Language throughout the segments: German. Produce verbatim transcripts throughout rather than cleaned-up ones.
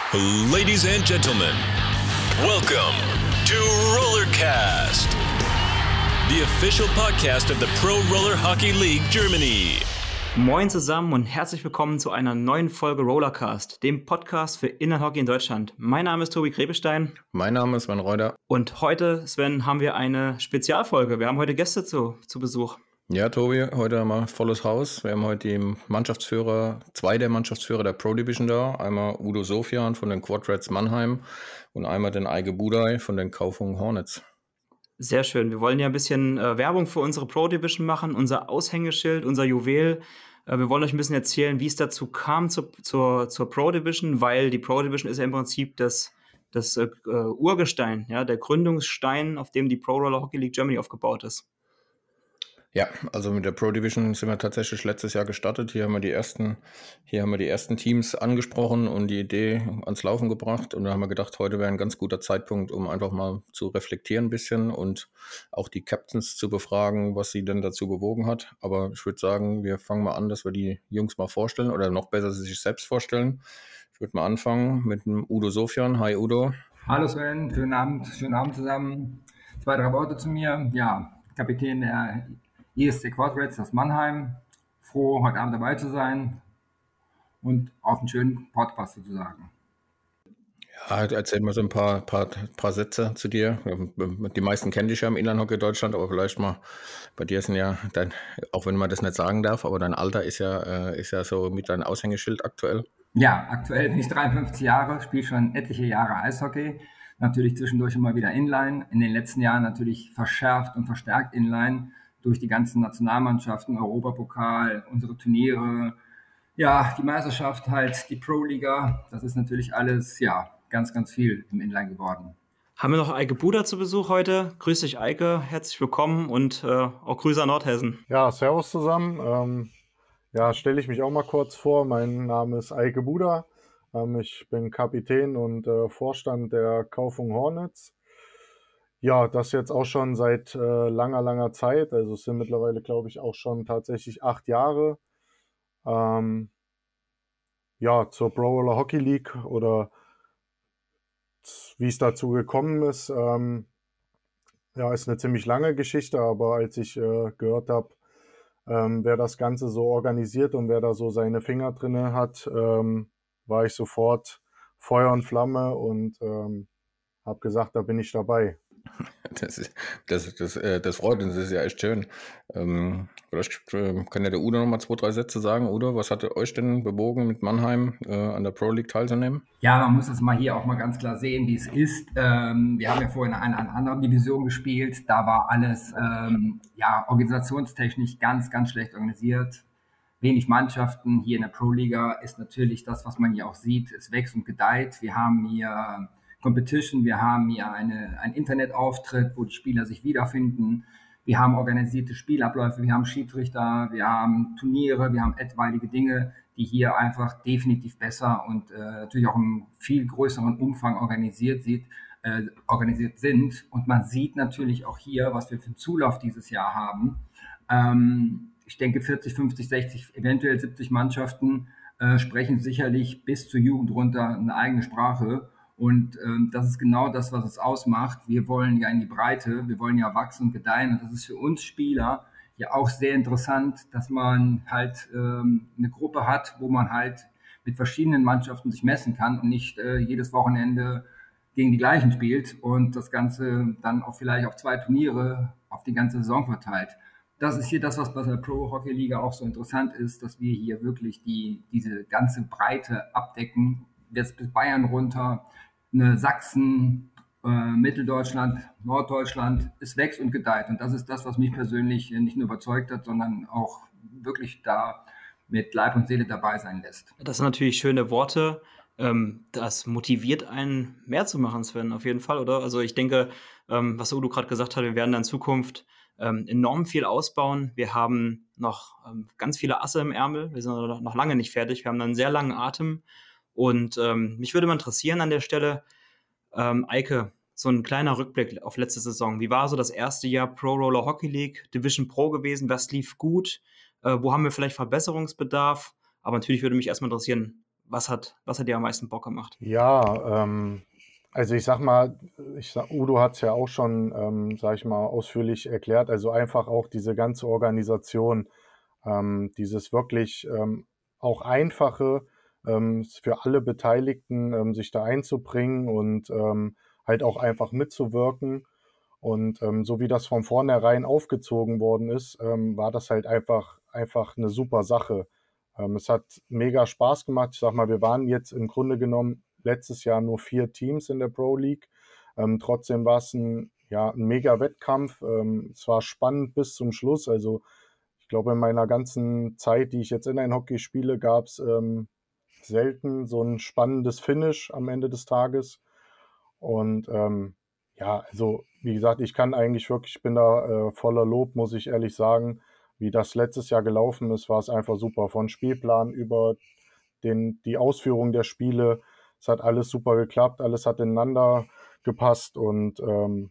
Ladies and gentlemen, welcome to Rollercast, the official podcast of the Pro Roller Hockey League Germany. Moin zusammen und herzlich willkommen zu einer neuen Folge Rollercast, dem Podcast für Inline-Hockey in Deutschland. Mein Name ist Tobi Grebestein. Mein Name ist Sven Reuter. Und heute, Sven, haben wir eine Spezialfolge. Wir haben heute Gäste zu, zu Besuch. Ja, Tobi, heute haben wir volles Haus. Wir haben heute die Mannschaftsführer, zwei der Mannschaftsführer der Pro Division da. Einmal Udo Sofian von den Quadrats Mannheim und einmal den Eike Budaj von den Kaufungen Hornets. Sehr schön. Wir wollen ja ein bisschen äh, Werbung für unsere Pro Division machen, unser Aushängeschild, unser Juwel. Äh, wir wollen euch ein bisschen erzählen, wie es dazu kam zur, zur, zur Pro Division, weil die Pro Division ist ja im Prinzip das, das äh, Urgestein, ja, der Gründungsstein, auf dem die Pro Roller Hockey League Germany aufgebaut ist. Ja, also mit der Pro Division sind wir tatsächlich letztes Jahr gestartet. Hier haben wir die ersten, hier haben wir die ersten Teams angesprochen und die Idee ans Laufen gebracht. Und da haben wir gedacht, heute wäre ein ganz guter Zeitpunkt, um einfach mal zu reflektieren ein bisschen und auch die Captains zu befragen, was sie denn dazu bewogen hat. Aber ich würde sagen, wir fangen mal an, dass wir die Jungs mal vorstellen oder noch besser sie sich selbst vorstellen. Ich würde mal anfangen mit dem Udo Sofian. Hi Udo. Hallo Sven, schönen Abend, schönen Abend zusammen. Zwei, drei Worte zu mir. Ja, Kapitän der E S C Quadrats aus Mannheim. Froh, heute Abend dabei zu sein und auf einen schönen Podcast sozusagen. Ja, erzähl mal so ein paar, paar, paar Sätze zu dir. Die meisten kennen dich ja im Inline-Hockey Deutschland, aber vielleicht mal, bei dir sind ja, dein, auch wenn man das nicht sagen darf, aber dein Alter ist ja, ist ja so mit deinem Aushängeschild aktuell. Ja, aktuell bin ich dreiundfünfzig Jahre, spiele schon etliche Jahre Eishockey. Natürlich zwischendurch immer wieder Inline. In den letzten Jahren natürlich verschärft und verstärkt Inline durch die ganzen Nationalmannschaften, Europapokal, unsere Turniere, ja, die Meisterschaft halt, die Pro-Liga. Das ist natürlich alles, ja, ganz, ganz viel im Inline geworden. Haben wir noch Eike Budaj zu Besuch heute. Grüß dich, Eike. Herzlich willkommen und äh, auch Grüße an Nordhessen. Ja, servus zusammen. Ähm, ja, stelle ich mich auch mal kurz vor. Mein Name ist Eike Budaj. Ähm, ich bin Kapitän und äh, Vorstand der Kaufungen Hornets. Ja, das jetzt auch schon seit äh, langer, langer Zeit. Also es sind mittlerweile, glaube ich, auch schon tatsächlich acht Jahre. Ähm, ja, zur Pro Roller Hockey League oder wie es dazu gekommen ist. Ähm, ja, ist eine ziemlich lange Geschichte, aber als ich äh, gehört habe, ähm, wer das Ganze so organisiert und wer da so seine Finger drin hat, ähm, war ich sofort Feuer und Flamme und ähm, habe gesagt, da bin ich dabei. Das, ist, das, das, äh, das freut uns, das ist ja echt schön. Ähm, vielleicht äh, kann ja der Udo noch mal zwei, drei Sätze sagen. Udo, was hatte euch denn bewogen, mit Mannheim äh, an der Pro League teilzunehmen? Ja, man muss das mal hier auch mal ganz klar sehen, wie es ist. Ähm, wir haben ja vorhin in einer, einer anderen Division gespielt. Da war alles ähm, ja, organisationstechnisch ganz, ganz schlecht organisiert. Wenig Mannschaften. Hier in der Pro-Liga ist natürlich das, was man hier auch sieht, es wächst und gedeiht. Wir haben hier Competition, wir haben hier eine, einen Internetauftritt, wo die Spieler sich wiederfinden. Wir haben organisierte Spielabläufe, wir haben Schiedsrichter, wir haben Turniere, wir haben etwaige Dinge, die hier einfach definitiv besser und äh, natürlich auch im viel größeren Umfang organisiert, sieht, äh, organisiert sind. Und man sieht natürlich auch hier, was wir für einen Zulauf dieses Jahr haben. Ähm, ich denke vierzig, fünfzig, sechzig, eventuell siebzig Mannschaften äh, sprechen sicherlich bis zur Jugend runter eine eigene Sprache. Und ähm, das ist genau das, was es ausmacht. Wir wollen ja in die Breite, wir wollen ja wachsen und gedeihen. Und das ist für uns Spieler ja auch sehr interessant, dass man halt ähm, eine Gruppe hat, wo man halt mit verschiedenen Mannschaften sich messen kann und nicht äh, jedes Wochenende gegen die gleichen spielt und das Ganze dann auch vielleicht auf zwei Turniere auf die ganze Saison verteilt. Das ist hier das, was bei der Pro Hockey Liga auch so interessant ist, dass wir hier wirklich die diese ganze Breite abdecken, jetzt bis Bayern runter, eine Sachsen, äh, Mitteldeutschland, Norddeutschland, es wächst und gedeiht. Und das ist das, was mich persönlich nicht nur überzeugt hat, sondern auch wirklich da mit Leib und Seele dabei sein lässt. Das sind natürlich schöne Worte. Ähm, das motiviert einen, mehr zu machen, Sven, auf jeden Fall, oder? Also ich denke, ähm, was Udo gerade gesagt hat, wir werden in Zukunft ähm, enorm viel ausbauen. Wir haben noch ähm, ganz viele Asse im Ärmel. Wir sind noch lange nicht fertig. Wir haben einen sehr langen Atem. Und ähm, mich würde mal interessieren an der Stelle, ähm, Eike, so ein kleiner Rückblick auf letzte Saison. Wie war so das erste Jahr Pro Roller Hockey League, Division Pro gewesen? Was lief gut? Äh, wo haben wir vielleicht Verbesserungsbedarf? Aber natürlich würde mich erstmal interessieren, was hat, was hat dir am meisten Bock gemacht? Ja, ähm, also ich sag mal, ich sag, Udo hat es ja auch schon, ähm, sag ich mal, ausführlich erklärt. Also einfach auch diese ganze Organisation, ähm, dieses wirklich ähm, auch einfache ähm, für alle Beteiligten, ähm, sich da einzubringen und ähm, halt auch einfach mitzuwirken. Und ähm, so wie das von vornherein aufgezogen worden ist, ähm, war das halt einfach, einfach eine super Sache. Ähm, es hat mega Spaß gemacht. Ich sag mal, wir waren jetzt im Grunde genommen letztes Jahr nur vier Teams in der Pro League. Ähm, trotzdem war es ein, ja, ein mega Wettkampf. Ähm, es war spannend bis zum Schluss. Also ich glaube, in meiner ganzen Zeit, die ich jetzt in ein Hockey spiele, gab es ähm, selten so ein spannendes Finish am Ende des Tages. Und ähm, ja, also wie gesagt, ich kann eigentlich wirklich, ich bin da äh, voller Lob, muss ich ehrlich sagen. Wie das letztes Jahr gelaufen ist, war es einfach super. Von Spielplan über den, die Ausführung der Spiele. Es hat alles super geklappt, alles hat ineinander gepasst. Und ähm,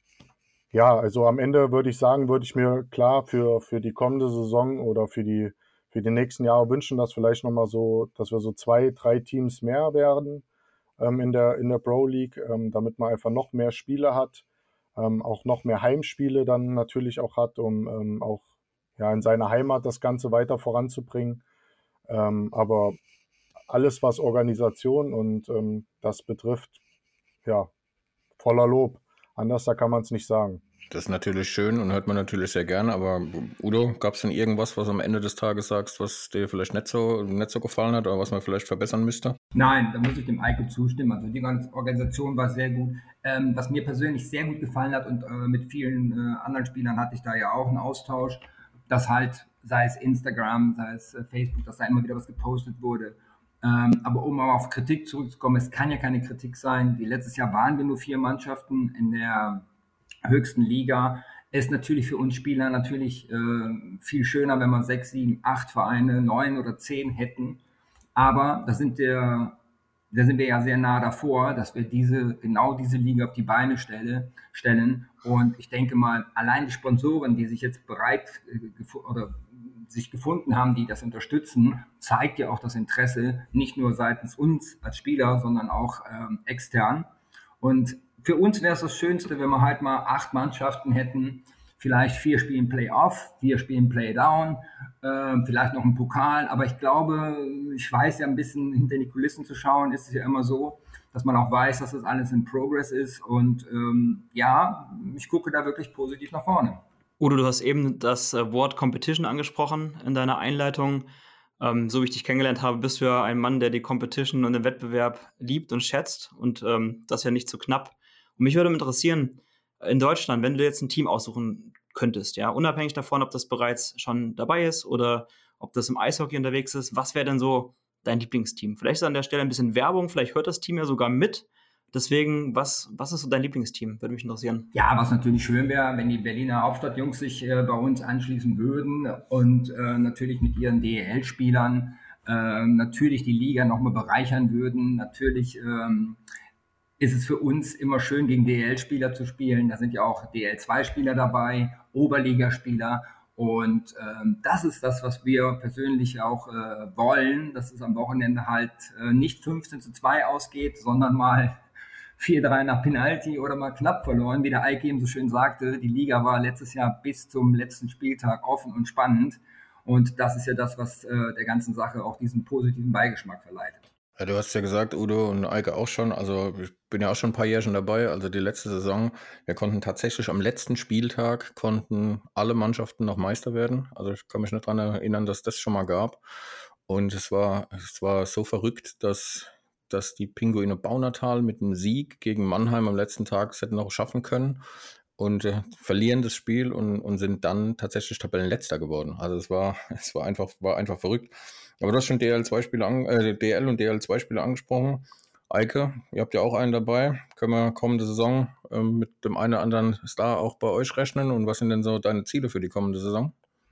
ja, also am Ende würde ich sagen, würde ich mir klar für, für die kommende Saison oder für die, für die nächsten Jahre wünschen, dass vielleicht nochmal so, dass wir so zwei, drei Teams mehr werden ähm, in der, in der Pro League, ähm, damit man einfach noch mehr Spiele hat, ähm, auch noch mehr Heimspiele dann natürlich auch hat, um ähm, auch ja, in seiner Heimat das Ganze weiter voranzubringen. Ähm, aber alles, was Organisation und ähm, das betrifft, ja, voller Lob. Anders, da kann man es nicht sagen. Das ist natürlich schön und hört man natürlich sehr gerne, aber Udo, gab es denn irgendwas, was am Ende des Tages sagst, was dir vielleicht nicht so, nicht so gefallen hat oder was man vielleicht verbessern müsste? Nein, da muss ich dem Eike zustimmen. Also die ganze Organisation war sehr gut. Ähm, was mir persönlich sehr gut gefallen hat und äh, mit vielen äh, anderen Spielern hatte ich da ja auch einen Austausch, dass halt, sei es Instagram, sei es äh, Facebook, dass da immer wieder was gepostet wurde. Ähm, aber um mal auf Kritik zurückzukommen, es kann ja keine Kritik sein. Die letztes Jahr waren wir nur vier Mannschaften in der höchsten Liga. Ist natürlich für uns Spieler natürlich äh, viel schöner, wenn wir sechs, sieben, acht Vereine, neun oder zehn hätten. Aber da sind, der, da sind wir ja sehr nah davor, dass wir diese, genau diese Liga auf die Beine stelle, stellen. Und ich denke mal, allein die Sponsoren, die sich jetzt bereit äh, oder sich gefunden haben, die das unterstützen, zeigt ja auch das Interesse, nicht nur seitens uns als Spieler, sondern auch ähm, extern. Und für uns wäre es das Schönste, wenn wir halt mal acht Mannschaften hätten, vielleicht vier spielen Play-Off, vier spielen Play-Down, äh, vielleicht noch ein Pokal. Aber ich glaube, ich weiß ja ein bisschen hinter die Kulissen zu schauen, ist es ja immer so, dass man auch weiß, dass das alles in Progress ist. Und ähm, ja, ich gucke da wirklich positiv nach vorne. Udo, du hast eben das äh, Wort Competition angesprochen in deiner Einleitung. Ähm, so wie ich dich kennengelernt habe, bist du ja ein Mann, der die Competition und den Wettbewerb liebt und schätzt und ähm, das ja nicht zu knapp. Und mich würde interessieren, in Deutschland, wenn du jetzt ein Team aussuchen könntest, ja, unabhängig davon, ob das bereits schon dabei ist oder ob das im Eishockey unterwegs ist, was wäre denn so dein Lieblingsteam? Vielleicht ist an der Stelle ein bisschen Werbung, vielleicht hört das Team ja sogar mit. Deswegen, was, was ist so dein Lieblingsteam? Würde mich interessieren. Ja, was natürlich schön wäre, wenn die Berliner Hauptstadtjungs sich äh, bei uns anschließen würden und äh, natürlich mit ihren D E L-Spielern äh, natürlich die Liga nochmal bereichern würden. Natürlich ähm, ist es für uns immer schön, gegen D E L-Spieler zu spielen. Da sind ja auch D E L zwei Spieler dabei, Oberligaspieler. Und ähm, das ist das, was wir persönlich auch äh, wollen, dass es am Wochenende halt äh, nicht fünfzehn zu zwei ausgeht, sondern mal vier drei nach Penalty oder mal knapp verloren. Wie der Eike eben so schön sagte, die Liga war letztes Jahr bis zum letzten Spieltag offen und spannend. Und das ist ja das, was äh, der ganzen Sache auch diesen positiven Beigeschmack verleiht. Ja, du hast ja gesagt, Udo und Eike auch schon, also ich bin ja auch schon ein paar Jährchen dabei, also die letzte Saison, wir konnten tatsächlich am letzten Spieltag, konnten alle Mannschaften noch Meister werden, also ich kann mich nicht daran erinnern, dass das schon mal gab und es war, es war so verrückt, dass, dass die Pinguine Baunatal mit einem Sieg gegen Mannheim am letzten Tag es hätten noch schaffen können und äh, verlieren das Spiel und, und sind dann tatsächlich Tabellenletzter geworden, also es war, es war einfach, war einfach verrückt. Aber du hast schon D L zwei Spiele an, äh, D L und D L zwei Spiele angesprochen. Eike, ihr habt ja auch einen dabei. Können wir kommende Saison ähm, mit dem einen oder anderen Star auch bei euch rechnen? Und was sind denn so deine Ziele für die kommende Saison?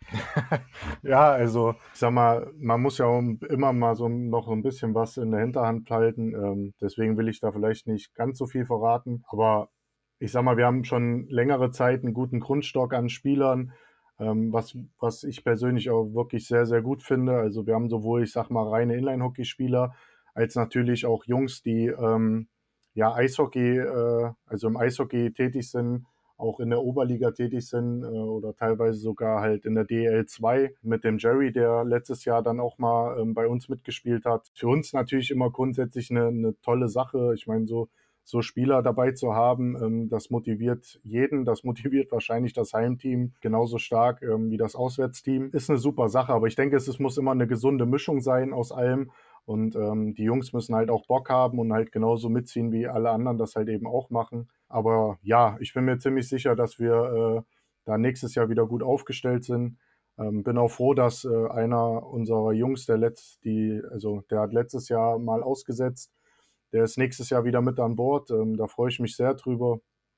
Ja, also ich sag mal, man muss ja immer mal so noch so ein bisschen was in der Hinterhand halten. Ähm, deswegen will ich da vielleicht nicht ganz so viel verraten. Aber ich sag mal, wir haben schon längere Zeit einen guten Grundstock an Spielern. Ähm, was, was ich persönlich auch wirklich sehr, sehr gut finde. Also wir haben sowohl, ich sag mal, reine Inline-Hockey-Spieler, als natürlich auch Jungs, die ähm, ja Eishockey, äh, also im Eishockey tätig sind, auch in der Oberliga tätig sind äh, oder teilweise sogar halt in der D E L zwei mit dem Jerry, der letztes Jahr dann auch mal ähm, bei uns mitgespielt hat. Für uns natürlich immer grundsätzlich eine, eine tolle Sache. Ich meine, so, so Spieler dabei zu haben, ähm, das motiviert jeden, das motiviert wahrscheinlich das Heimteam genauso stark ähm, wie das Auswärtsteam. Ist eine super Sache, aber ich denke, es, es muss immer eine gesunde Mischung sein aus allem. Und ähm, die Jungs müssen halt auch Bock haben und halt genauso mitziehen, wie alle anderen das halt eben auch machen. Aber ja, ich bin mir ziemlich sicher, dass wir äh, da nächstes Jahr wieder gut aufgestellt sind. Ähm, bin auch froh, dass äh, einer unserer Jungs, der letzt, die, also der hat letztes Jahr mal ausgesetzt, der ist nächstes Jahr wieder mit an Bord. Ähm, da freue ich mich sehr drüber,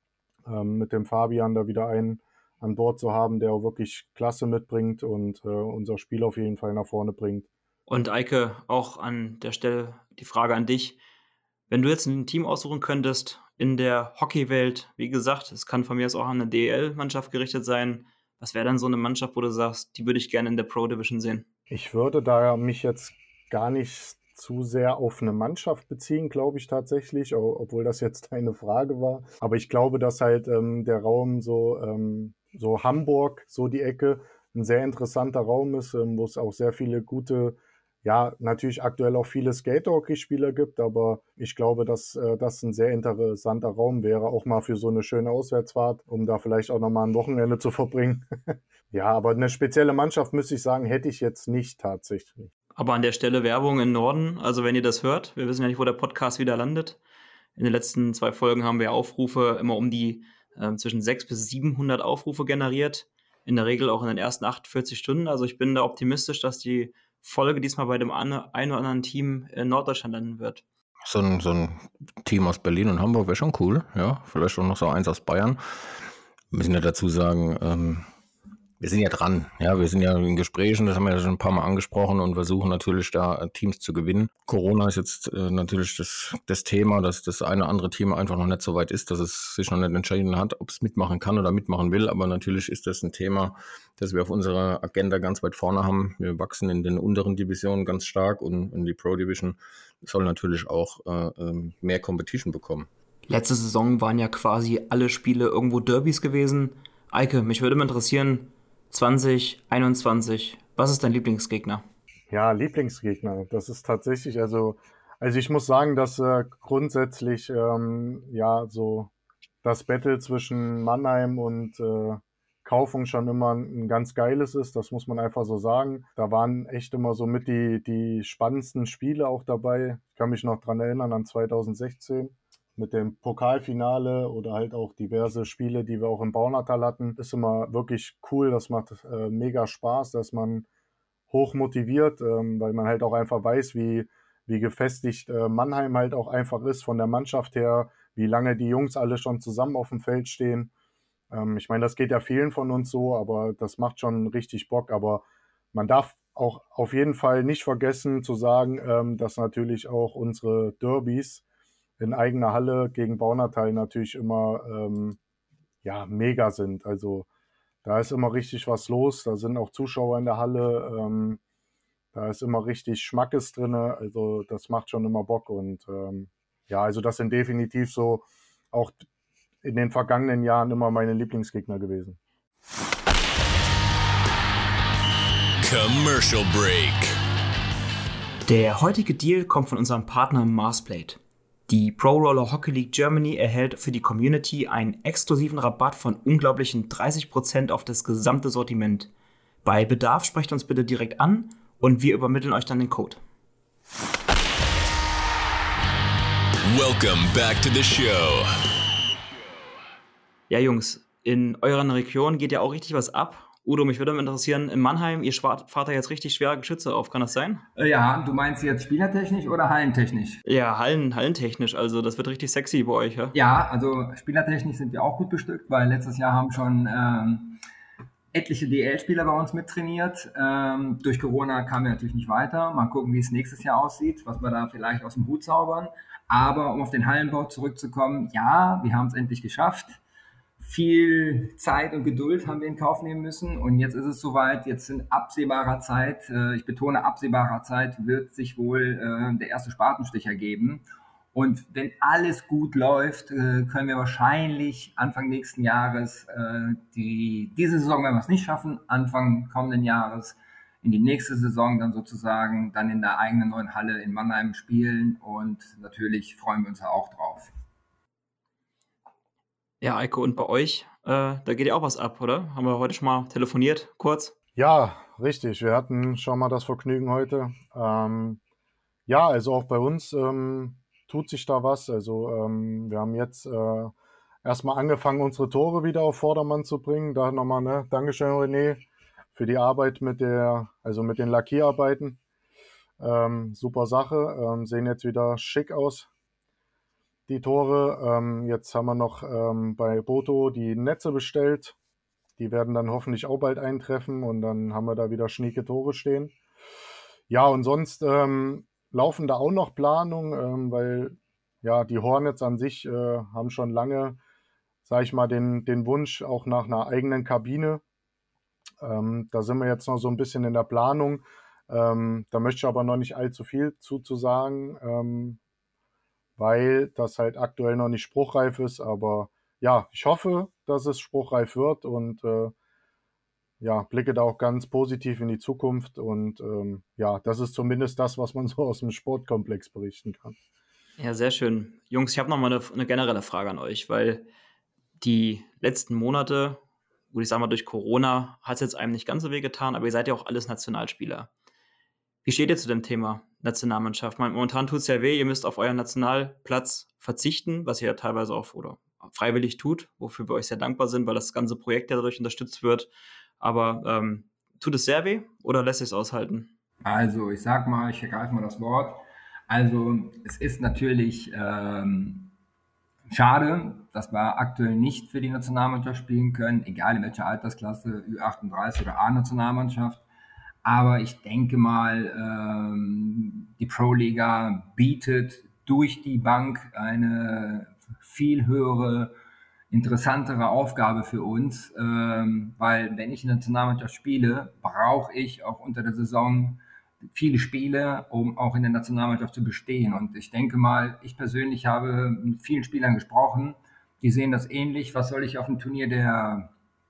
ähm, mit dem Fabian da wieder einen an Bord zu haben, der auch wirklich Klasse mitbringt und äh, unser Spiel auf jeden Fall nach vorne bringt. Und Eike, auch an der Stelle die Frage an dich. Wenn du jetzt ein Team aussuchen könntest in der Hockeywelt, wie gesagt, es kann von mir aus auch an eine D E L-Mannschaft gerichtet sein. Was wäre dann so eine Mannschaft, wo du sagst, die würde ich gerne in der Pro Division sehen? Ich würde da mich jetzt gar nicht zu sehr auf eine Mannschaft beziehen, glaube ich tatsächlich, obwohl das jetzt eine Frage war. Aber ich glaube, dass halt ähm, der Raum so, ähm, so Hamburg, so die Ecke, ein sehr interessanter Raum ist, ähm, wo es auch sehr viele gute, ja, natürlich aktuell auch viele Skate-Hockey-Spieler gibt, aber ich glaube, dass äh, das ein sehr interessanter Raum wäre, auch mal für so eine schöne Auswärtsfahrt, um da vielleicht auch nochmal ein Wochenende zu verbringen. Ja, aber eine spezielle Mannschaft, müsste ich sagen, hätte ich jetzt nicht tatsächlich. Aber an der Stelle Werbung im Norden, also wenn ihr das hört, wir wissen ja nicht, wo der Podcast wieder landet. In den letzten zwei Folgen haben wir Aufrufe immer um die äh, zwischen sechshundert bis siebenhundert Aufrufe generiert. In der Regel auch in den ersten achtundvierzig Stunden. Also ich bin da optimistisch, dass die Folge diesmal bei dem einen oder anderen Team in Norddeutschland landen wird. So ein, so ein Team aus Berlin und Hamburg wäre schon cool, ja. Vielleicht auch noch so eins aus Bayern. Wir müssen ja dazu sagen, ähm, wir sind ja dran, ja, wir sind ja in Gesprächen, das haben wir ja schon ein paar Mal angesprochen und versuchen natürlich da Teams zu gewinnen. Corona ist jetzt äh, natürlich das, das Thema, dass das eine oder andere Team einfach noch nicht so weit ist, dass es sich noch nicht entschieden hat, ob es mitmachen kann oder mitmachen will, aber natürlich ist das ein Thema, das wir auf unserer Agenda ganz weit vorne haben. Wir wachsen in den unteren Divisionen ganz stark und in die Pro Division soll natürlich auch äh, mehr Competition bekommen. Letzte Saison waren ja quasi alle Spiele irgendwo Derbys gewesen. Eike, mich würde mal interessieren, zwanzig einundzwanzig, was ist dein Lieblingsgegner? Ja, Lieblingsgegner, das ist tatsächlich, also, also ich muss sagen, dass äh, grundsätzlich ähm, ja so das Battle zwischen Mannheim und äh, Kaufung schon immer ein, ein ganz geiles ist, das muss man einfach so sagen. Da waren echt immer so mit die, die spannendsten Spiele auch dabei. Ich kann mich noch dran erinnern an zweitausendsechzehn. Mit dem Pokalfinale oder halt auch diverse Spiele, die wir auch im Baunatal hatten, ist immer wirklich cool. Das macht äh, mega Spaß, dass man hoch motiviert, ähm, weil man halt auch einfach weiß, wie, wie gefestigt äh, Mannheim halt auch einfach ist von der Mannschaft her, wie lange die Jungs alle schon zusammen auf dem Feld stehen. Ähm, ich meine, das geht ja vielen von uns so, aber das macht schon richtig Bock. Aber man darf auch auf jeden Fall nicht vergessen zu sagen, ähm, dass natürlich auch unsere Derbys in eigener Halle gegen Baunatal natürlich immer ähm, ja, mega sind. Also da ist immer richtig was los, da sind auch Zuschauer in der Halle, ähm, da ist immer richtig Schmackes drin, also das macht schon immer Bock und ähm, ja, also das sind definitiv so auch in den vergangenen Jahren immer meine Lieblingsgegner gewesen. Commercial Break. Der heutige Deal kommt von unserem Partner Marsplate. Die Pro Roller Hockey League Germany erhält für die Community einen exklusiven Rabatt von unglaublichen dreißig Prozent auf das gesamte Sortiment. Bei Bedarf sprecht uns bitte direkt an und wir übermitteln euch dann den Code. Welcome back to the show. Ja, Jungs, in eurer Region geht ja auch richtig was ab. Udo, mich würde mal interessieren, in Mannheim, ihr fahrt da jetzt richtig schwere Geschütze auf, kann das sein? Ja, du meinst jetzt spielertechnisch oder hallentechnisch? Ja, Hallen, hallentechnisch, also das wird richtig sexy bei euch, ja? Ja, also spielertechnisch sind wir auch gut bestückt, weil letztes Jahr haben schon ähm, etliche D L-Spieler bei uns mittrainiert. Ähm, durch Corona kamen wir natürlich nicht weiter. Mal gucken, wie es nächstes Jahr aussieht, was wir da vielleicht aus dem Hut zaubern. Aber um auf den Hallenbau zurückzukommen, ja, wir haben es endlich geschafft. viel Zeit und Geduld haben wir in Kauf nehmen müssen und jetzt ist es soweit, jetzt in absehbarer Zeit, äh, ich betone absehbarer Zeit, wird sich wohl äh, der erste Spatenstich ergeben und wenn alles gut läuft, äh, können wir wahrscheinlich Anfang nächsten Jahres, äh, die, diese Saison werden wir es nicht schaffen, Anfang kommenden Jahres in die nächste Saison dann sozusagen dann in der eigenen neuen Halle in Mannheim spielen und natürlich freuen wir uns da auch drauf. Ja, Eiko, und bei euch, äh, da geht ja auch was ab, oder? Haben wir heute schon mal telefoniert, kurz? Ja, richtig. Wir hatten schon mal das Vergnügen heute. Ähm, ja, also auch bei uns ähm, tut sich da was. Also ähm, wir haben jetzt äh, erstmal angefangen, unsere Tore wieder auf Vordermann zu bringen. Da nochmal, ne, Dankeschön, René, für die Arbeit mit der, also mit den Lackierarbeiten. Ähm, super Sache. Ähm, sehen jetzt wieder schick aus, die Tore. Ähm, jetzt haben wir noch ähm, bei Boto die Netze bestellt. Die werden dann hoffentlich auch bald eintreffen und dann haben wir da wieder schnieke Tore stehen. Ja, und sonst ähm, laufen da auch noch Planungen, ähm, weil ja, die Hornets an sich äh, haben schon lange, sage ich mal, den, den Wunsch auch nach einer eigenen Kabine. Ähm, da sind wir jetzt noch so ein bisschen in der Planung. Ähm, da möchte ich aber noch nicht allzu viel zu, zu sagen, ähm, weil das halt aktuell noch nicht spruchreif ist. Aber ja, ich hoffe, dass es spruchreif wird und äh, ja, blicke da auch ganz positiv in die Zukunft. Und ähm, ja, das ist zumindest das, was man so aus dem Sportkomplex berichten kann. Ja, sehr schön. Jungs, ich habe noch mal eine, eine generelle Frage an euch, weil die letzten Monate, gut, ich sag mal, durch Corona hat es jetzt einem nicht ganz so weh getan, aber ihr seid ja auch alles Nationalspieler. Wie steht ihr zu dem Thema Nationalmannschaft? Momentan tut es ja weh, ihr müsst auf euren Nationalplatz verzichten, was ihr ja teilweise auch oder freiwillig tut, wofür wir euch sehr dankbar sind, weil das ganze Projekt ja dadurch unterstützt wird. Aber ähm, tut es sehr weh oder lässt es aushalten? Also ich sag mal, ich ergreife mal das Wort. Also es ist natürlich ähm, schade, dass wir aktuell nicht für die Nationalmannschaft spielen können, egal in welcher Altersklasse, Ü achtunddreißig oder A-Nationalmannschaft. Aber ich denke mal, ähm, die Pro-Liga bietet durch die Bank eine viel höhere, interessantere Aufgabe für uns, ähm, weil wenn ich in der Nationalmannschaft spiele, brauche ich auch unter der Saison viele Spiele, um auch in der Nationalmannschaft zu bestehen. Und ich denke mal, ich persönlich habe mit vielen Spielern gesprochen, die sehen das ähnlich. Was soll ich auf dem Turnier der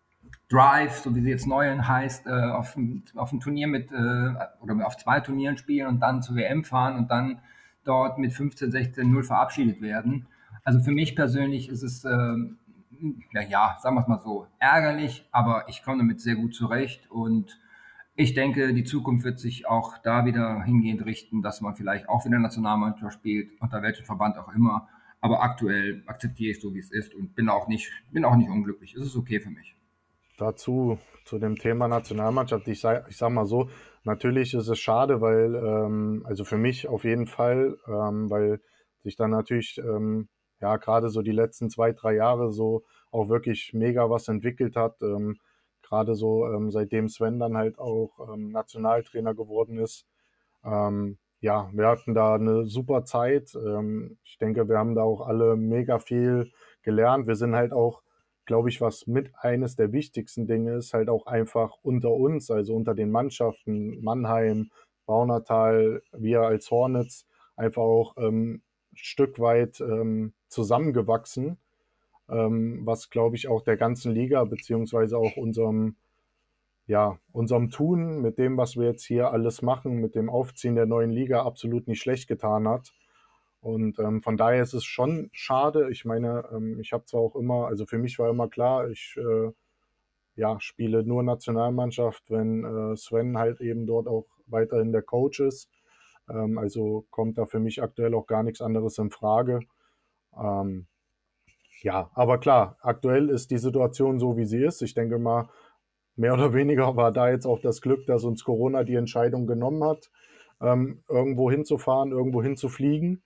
Drive, so wie sie jetzt neu heißt, äh, auf, auf ein Turnier mit, äh, oder auf zwei Turnieren spielen und dann zur W M fahren und dann dort mit fünfzehn, sechzehn null verabschiedet werden. Also für mich persönlich ist es, äh, ja, ja, sagen wir es mal so, ärgerlich, aber ich komme damit sehr gut zurecht und ich denke, die Zukunft wird sich auch da wieder hingehend richten, dass man vielleicht auch wieder Nationalmannschaft spielt, unter welchem Verband auch immer. Aber aktuell akzeptiere ich so, wie es ist und bin auch nicht, bin auch nicht unglücklich. Es ist okay für mich. Dazu, zu dem Thema Nationalmannschaft, ich sage ich sag mal so, natürlich ist es schade, weil, ähm, also für mich auf jeden Fall, ähm, weil sich dann natürlich, ähm, ja, gerade so die letzten zwei, drei Jahre so auch wirklich mega was entwickelt hat. Ähm, gerade so, ähm, seitdem Sven dann halt auch ähm, Nationaltrainer geworden ist. Ähm, ja, wir hatten da eine super Zeit. Ähm, ich denke, wir haben da auch alle mega viel gelernt. Wir sind halt auch, glaube ich, was mit eines der wichtigsten Dinge ist, halt auch einfach unter uns, also unter den Mannschaften, Mannheim, Baunatal, wir als Hornets, einfach auch ähm, ein Stück weit ähm, zusammengewachsen, ähm, was, glaube ich, auch der ganzen Liga, beziehungsweise auch unserem, ja, unserem Tun, mit dem, was wir jetzt hier alles machen, mit dem Aufziehen der neuen Liga absolut nicht schlecht getan hat. Und ähm, von daher ist es schon schade. Ich meine, ähm, ich habe zwar auch immer, also für mich war immer klar, ich äh, ja, spiele nur Nationalmannschaft, wenn äh, Sven halt eben dort auch weiterhin der Coach ist. Ähm, also kommt da für mich aktuell auch gar nichts anderes in Frage. Ähm, ja, aber klar, aktuell ist die Situation so, wie sie ist. Ich denke mal, mehr oder weniger war da jetzt auch das Glück, dass uns Corona die Entscheidung genommen hat, ähm, irgendwo hinzufahren, irgendwo hinzufliegen.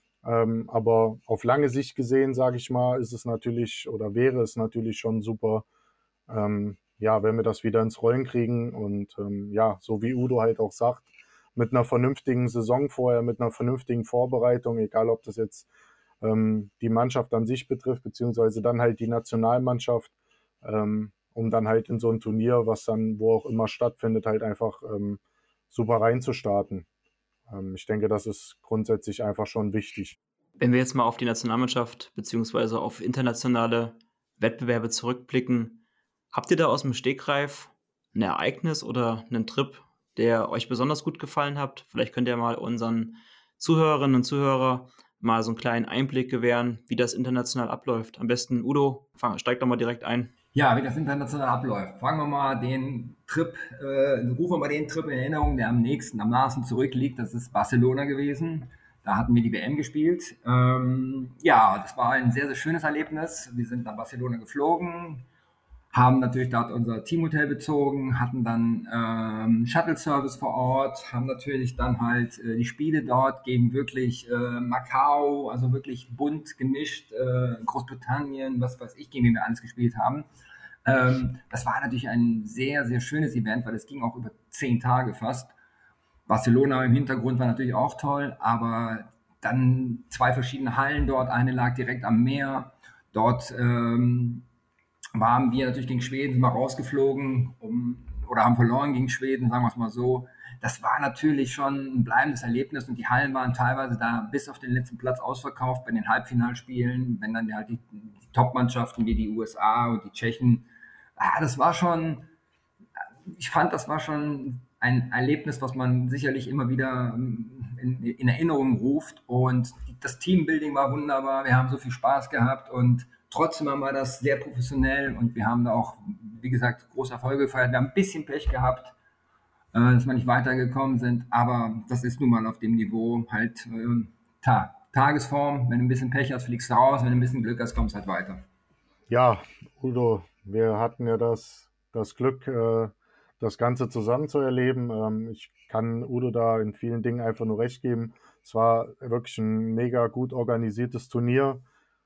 Ähm, aber auf lange Sicht gesehen, sage ich mal, ist es natürlich oder wäre es natürlich schon super, ähm, ja, wenn wir das wieder ins Rollen kriegen und ähm, ja, so wie Udo halt auch sagt, mit einer vernünftigen Saison vorher, mit einer vernünftigen Vorbereitung, egal ob das jetzt ähm, die Mannschaft an sich betrifft, beziehungsweise dann halt die Nationalmannschaft, ähm, um dann halt in so ein Turnier, was dann wo auch immer stattfindet, halt einfach ähm, super reinzustarten. Ähm, ich denke, das ist grundsätzlich einfach schon wichtig. Wenn wir jetzt mal auf die Nationalmannschaft beziehungsweise auf internationale Wettbewerbe zurückblicken, habt ihr da aus dem Stegreif ein Ereignis oder einen Trip, der euch besonders gut gefallen hat? Vielleicht könnt ihr mal unseren Zuhörerinnen und Zuhörern mal so einen kleinen Einblick gewähren, wie das international abläuft. Am besten, Udo, fang, steig doch mal direkt ein. Ja, wie das international abläuft. Fangen wir mal den Trip, äh, rufen wir mal den Trip in Erinnerung, der am nächsten, am nahesten zurückliegt. Das ist Barcelona gewesen. Da hatten wir die W M gespielt. Ähm, ja, das war ein sehr, sehr schönes Erlebnis. Wir sind nach Barcelona geflogen, haben natürlich dort unser Teamhotel bezogen, hatten dann ähm, Shuttle-Service vor Ort, haben natürlich dann halt äh, die Spiele dort gegen wirklich äh, Macau, also wirklich bunt gemischt, äh, Großbritannien, was weiß ich, gegen wen wir alles gespielt haben. Ähm, das war natürlich ein sehr, sehr schönes Event, weil es ging auch über zehn Tage fast. Barcelona im Hintergrund war natürlich auch toll, aber dann zwei verschiedene Hallen dort. Eine lag direkt am Meer. Dort ähm, waren wir natürlich gegen Schweden, sind mal rausgeflogen um, oder haben verloren gegen Schweden, sagen wir es mal so. Das war natürlich schon ein bleibendes Erlebnis und die Hallen waren teilweise da bis auf den letzten Platz ausverkauft bei den Halbfinalspielen, wenn dann halt die, die Top-Mannschaften wie die U S A und die Tschechen. Ah, das war schon, ich fand, das war schon ein Erlebnis, was man sicherlich immer wieder in, in Erinnerung ruft. Und das Teambuilding war wunderbar. Wir haben so viel Spaß gehabt und trotzdem war das sehr professionell und wir haben da auch, wie gesagt, große Erfolge gefeiert. Wir haben ein bisschen Pech gehabt, äh, dass wir nicht weitergekommen sind, aber das ist nun mal auf dem Niveau halt äh, ta- Tagesform. Wenn du ein bisschen Pech hast, fliegst du raus. Wenn du ein bisschen Glück hast, kommst du halt weiter. Ja, Udo, wir hatten ja das, das Glück, äh, das Ganze zusammen zu erleben. Ähm, ich kann Udo da in vielen Dingen einfach nur recht geben. Es war wirklich ein mega gut organisiertes Turnier.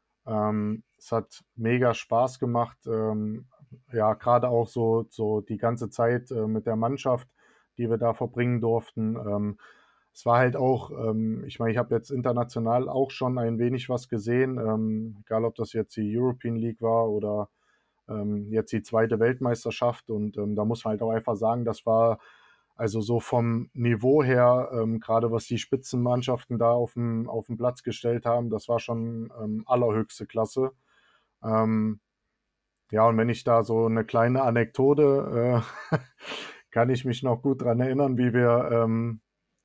Ähm, es hat mega Spaß gemacht. Ähm, ja, gerade auch so, so die ganze Zeit äh, mit der Mannschaft, die wir da verbringen durften. Ähm, es war halt auch, ähm, ich meine, ich habe jetzt international auch schon ein wenig was gesehen, ähm, egal ob das jetzt die European League war oder ähm, jetzt die zweite Weltmeisterschaft. Und ähm, da muss man halt auch einfach sagen, das war also so vom Niveau her, ähm, gerade was die Spitzenmannschaften da auf dem, auf den Platz gestellt haben, das war schon ähm, allerhöchste Klasse. Ähm, ja, und wenn ich da so eine kleine Anekdote, äh, kann ich mich noch gut dran erinnern, wie wir ähm,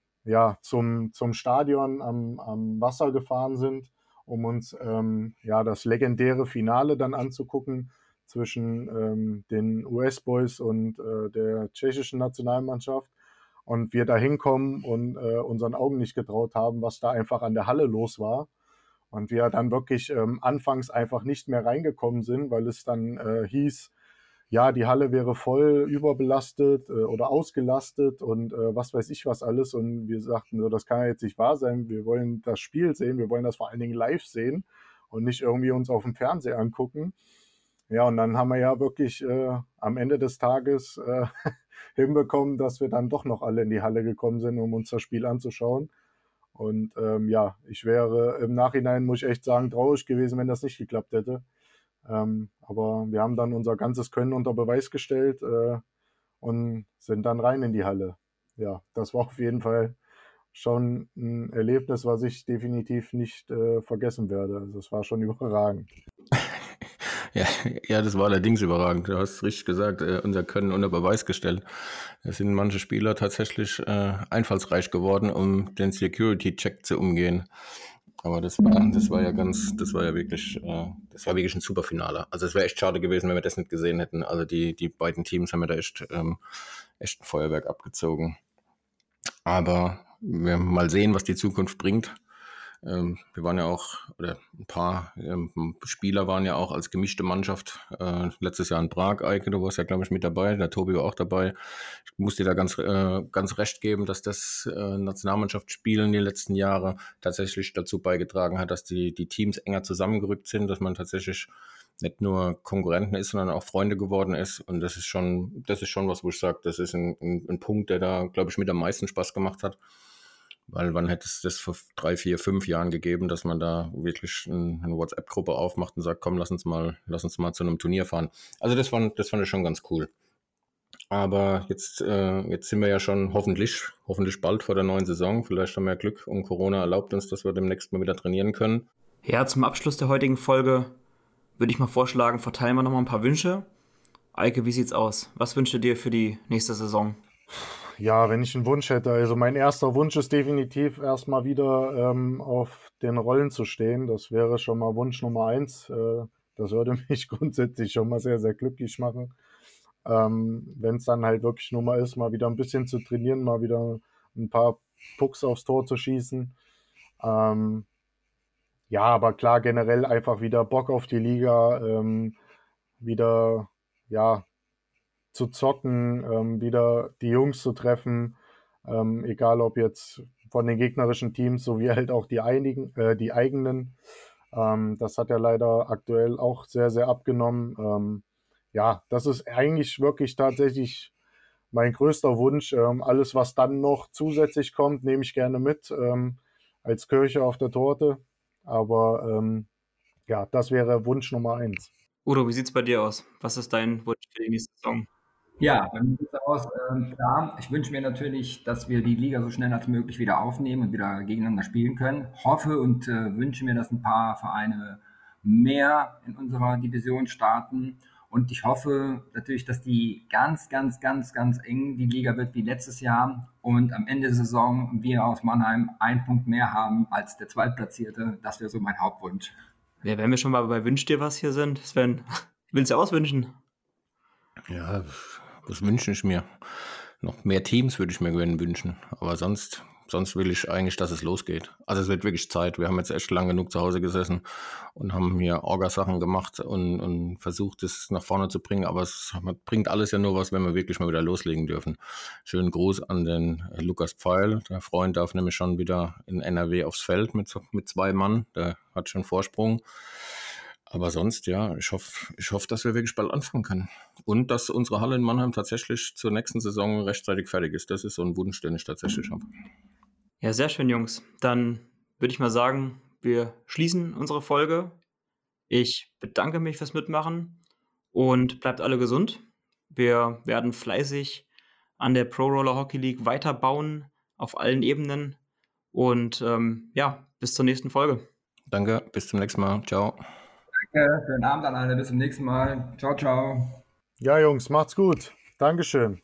ja, zum, zum Stadion am, am Wasser gefahren sind, um uns ähm, ja, das legendäre Finale dann anzugucken zwischen ähm, den U S-Boys und äh, der tschechischen Nationalmannschaft. Und wir da hinkommen und äh, unseren Augen nicht getraut haben, was da einfach an der Halle los war. Und wir dann wirklich ähm, anfangs einfach nicht mehr reingekommen sind, weil es dann äh, hieß, ja, die Halle wäre voll überbelastet äh, oder ausgelastet und äh, was weiß ich was alles. Und wir sagten so, das kann ja jetzt nicht wahr sein. Wir wollen das Spiel sehen, wir wollen das vor allen Dingen live sehen und nicht irgendwie uns auf dem Fernseher angucken. Ja, und dann haben wir ja wirklich äh, am Ende des Tages äh, hinbekommen, dass wir dann doch noch alle in die Halle gekommen sind, um uns das Spiel anzuschauen. Und ähm, ja, ich wäre im Nachhinein, muss ich echt sagen, traurig gewesen, wenn das nicht geklappt hätte. Ähm, aber wir haben dann unser ganzes Können unter Beweis gestellt äh, und sind dann rein in die Halle. Ja, das war auf jeden Fall schon ein Erlebnis, was ich definitiv nicht äh, vergessen werde. Also es war schon überragend. Ja, ja, das war allerdings überragend. Du hast richtig gesagt, äh, unser Können unter Beweis gestellt. Es sind manche Spieler tatsächlich äh, einfallsreich geworden, um den Security-Check zu umgehen. Aber das war, das war ja ganz, das war ja wirklich, äh, das war wirklich ein super Finale. Also es wäre echt schade gewesen, wenn wir das nicht gesehen hätten. Also die, die beiden Teams haben ja da echt, ähm, echt ein Feuerwerk abgezogen. Aber wir werden mal sehen, was die Zukunft bringt. Ähm, wir waren ja auch, oder ein paar ähm, Spieler waren ja auch als gemischte Mannschaft äh, letztes Jahr in Prag. Eike, du warst ja, glaube ich, mit dabei. Der Tobi war auch dabei. Ich muss dir da ganz, äh, ganz recht geben, dass das äh, Nationalmannschaftsspielen die letzten Jahre tatsächlich dazu beigetragen hat, dass die, die Teams enger zusammengerückt sind, dass man tatsächlich nicht nur Konkurrenten ist, sondern auch Freunde geworden ist. Und das ist schon, das ist schon was, wo ich sage, das ist ein, ein, ein Punkt, der da, glaube ich, mit am meisten Spaß gemacht hat. Weil wann hätte es das vor drei, vier, fünf Jahren gegeben, dass man da wirklich ein, eine WhatsApp-Gruppe aufmacht und sagt, komm, lass uns mal, lass uns mal zu einem Turnier fahren. Also das fand, das fand ich schon ganz cool. Aber jetzt, äh, jetzt sind wir ja schon hoffentlich, hoffentlich bald vor der neuen Saison. Vielleicht haben wir Glück und Corona erlaubt uns, dass wir demnächst mal wieder trainieren können. Ja, zum Abschluss der heutigen Folge würde ich mal vorschlagen, verteilen wir nochmal ein paar Wünsche. Eike, wie sieht's aus? Was wünschst du dir für die nächste Saison? Ja, wenn ich einen Wunsch hätte, also mein erster Wunsch ist definitiv erstmal wieder ähm, auf den Rollen zu stehen. Das wäre schon mal Wunsch Nummer eins. Äh, das würde mich grundsätzlich schon mal sehr, sehr glücklich machen. Ähm, wenn es dann halt wirklich nur mal ist, mal wieder ein bisschen zu trainieren, mal wieder ein paar Pucks aufs Tor zu schießen. Ähm, ja, aber klar, generell einfach wieder Bock auf die Liga, ähm, wieder, ja, zu zocken, ähm, wieder die Jungs zu treffen, ähm, egal ob jetzt von den gegnerischen Teams sowie halt auch die, einigen, äh, die eigenen. Ähm, das hat ja leider aktuell auch sehr, sehr abgenommen. Ähm, ja, das ist eigentlich wirklich tatsächlich mein größter Wunsch. Ähm, alles, was dann noch zusätzlich kommt, nehme ich gerne mit, ähm, als Kirsche auf der Torte. Aber ähm, ja, das wäre Wunsch Nummer eins. Udo, wie sieht's bei dir aus? Was ist dein Wunsch für die nächste Saison? Ja, bei mir sieht es aus, ähm, klar, ich wünsche mir natürlich, dass wir die Liga so schnell als möglich wieder aufnehmen und wieder gegeneinander spielen können. Hoffe und äh, wünsche mir, dass ein paar Vereine mehr in unserer Division starten. Und ich hoffe natürlich, dass die ganz, ganz, ganz, ganz eng die Liga wird wie letztes Jahr und am Ende der Saison wir aus Mannheim einen Punkt mehr haben als der Zweitplatzierte. Das wäre so mein Hauptwunsch. Ja, wenn wir schon mal bei Wünsch dir was hier sind, Sven, willst du auswünschen? Ja, was wünsche ich mir? Noch mehr Teams würde ich mir gerne wünschen. Aber sonst, sonst will ich eigentlich, dass es losgeht. Also es wird wirklich Zeit. Wir haben jetzt echt lang genug zu Hause gesessen und haben hier Orga-Sachen gemacht und, und versucht, es nach vorne zu bringen. Aber es bringt alles ja nur was, wenn wir wirklich mal wieder loslegen dürfen. Schönen Gruß an den Lukas Pfeil. Der Freund darf nämlich schon wieder in N R W aufs Feld mit, mit zwei Mann. Der hat schon Vorsprung. Aber sonst, ja, ich hoffe, ich hoffe, dass wir wirklich bald anfangen können. Und dass unsere Halle in Mannheim tatsächlich zur nächsten Saison rechtzeitig fertig ist. Das ist so ein Wunsch, den ich tatsächlich habe. Ja, sehr schön, Jungs. Dann würde ich mal sagen, wir schließen unsere Folge. Ich bedanke mich fürs Mitmachen und bleibt alle gesund. Wir werden fleißig an der Pro Roller Hockey League weiterbauen, auf allen Ebenen. Und ähm, ja, bis zur nächsten Folge. Danke, bis zum nächsten Mal. Ciao. Danke, schönen Abend an alle, bis zum nächsten Mal. Ciao, ciao. Ja, Jungs, macht's gut. Dankeschön.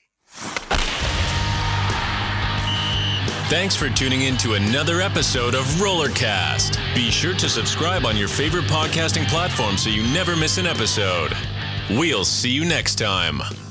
Thanks for tuning in to another episode of Rollercast. Be sure to subscribe on your favorite podcasting platform so you never miss an episode. We'll see you next time.